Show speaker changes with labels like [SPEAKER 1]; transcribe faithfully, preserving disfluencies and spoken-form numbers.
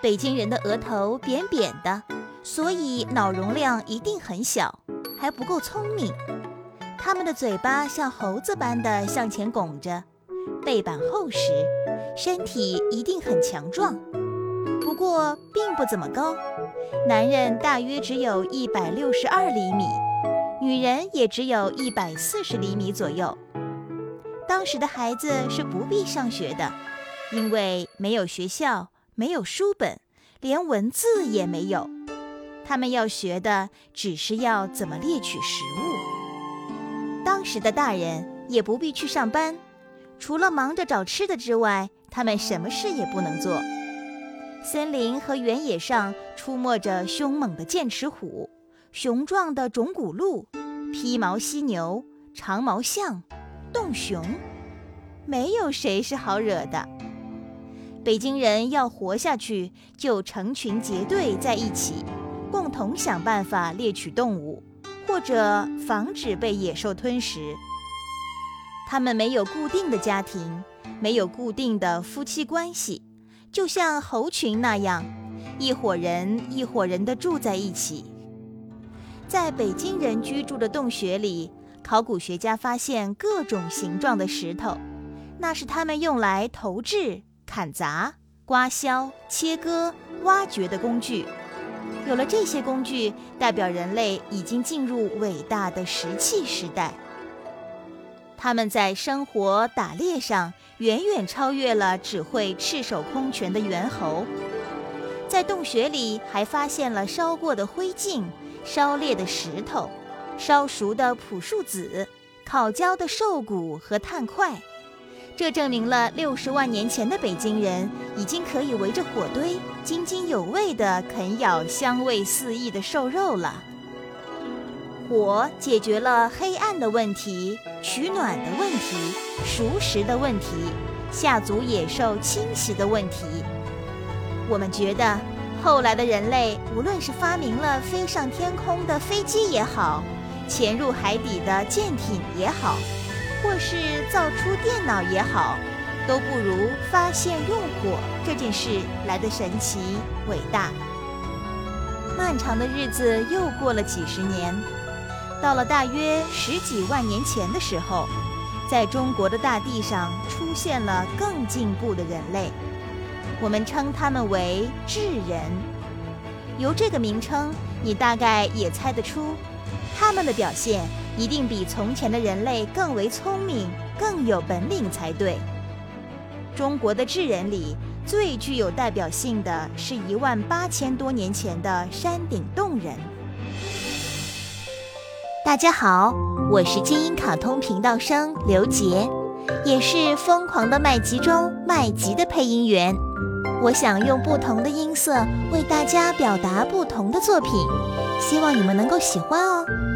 [SPEAKER 1] 北京人的额头扁扁的，所以脑容量一定很小，还不够聪明。他们的嘴巴像猴子般的向前拱着，背板厚实，身体一定很强壮。不过并不怎么高，男人大约只有一百六十二厘米，女人也只有一百四十厘米左右。当时的孩子是不必上学的，因为没有学校，没有书本，连文字也没有。他们要学的只是要怎么猎取食物。当时的大人也不必去上班，除了忙着找吃的之外，他们什么事也不能做。森林和原野上出没着凶猛的剑齿虎，雄壮的种骨鹿，披毛犀牛，长毛象，洞熊，没有谁是好惹的。北京人要活下去，就成群结队在一起，共同想办法猎取动物，或者防止被野兽吞食。他们没有固定的家庭，没有固定的夫妻关系，就像猴群那样，一伙人一伙人地住在一起。在北京人居住的洞穴里，考古学家发现各种形状的石头，那是他们用来投掷、砍砸、刮削、切割、挖掘的工具。有了这些工具，代表人类已经进入伟大的石器时代。他们在生活打猎上远远超越了只会赤手空拳的猿猴。在洞穴里还发现了烧过的灰烬、烧裂的石头、烧熟的朴树籽、烤焦的兽骨和炭块。这证明了六十万年前的北京人已经可以围着火堆津津有味地啃咬香味四溢的兽肉了。火解决了黑暗的问题、取暖的问题、熟食的问题、下足野兽侵袭的问题。我们觉得后来的人类，无论是发明了飞上天空的飞机也好，潜入海底的舰艇也好，或是造出电脑也好，都不如发现用火这件事来得神奇伟大。漫长的日子又过了几十年，到了大约十几万年前的时候，在中国的大地上出现了更进步的人类，我们称他们为智人。由这个名称，你大概也猜得出，他们的表现一定比从前的人类更为聪明，更有本领才对。中国的智人里最具有代表性的是一万八千多年前的山顶洞人。大家好，我是金鹰卡通频道生刘杰，也是疯狂的麦吉中麦吉的配音员。我想用不同的音色为大家表达不同的作品，希望你们能够喜欢哦。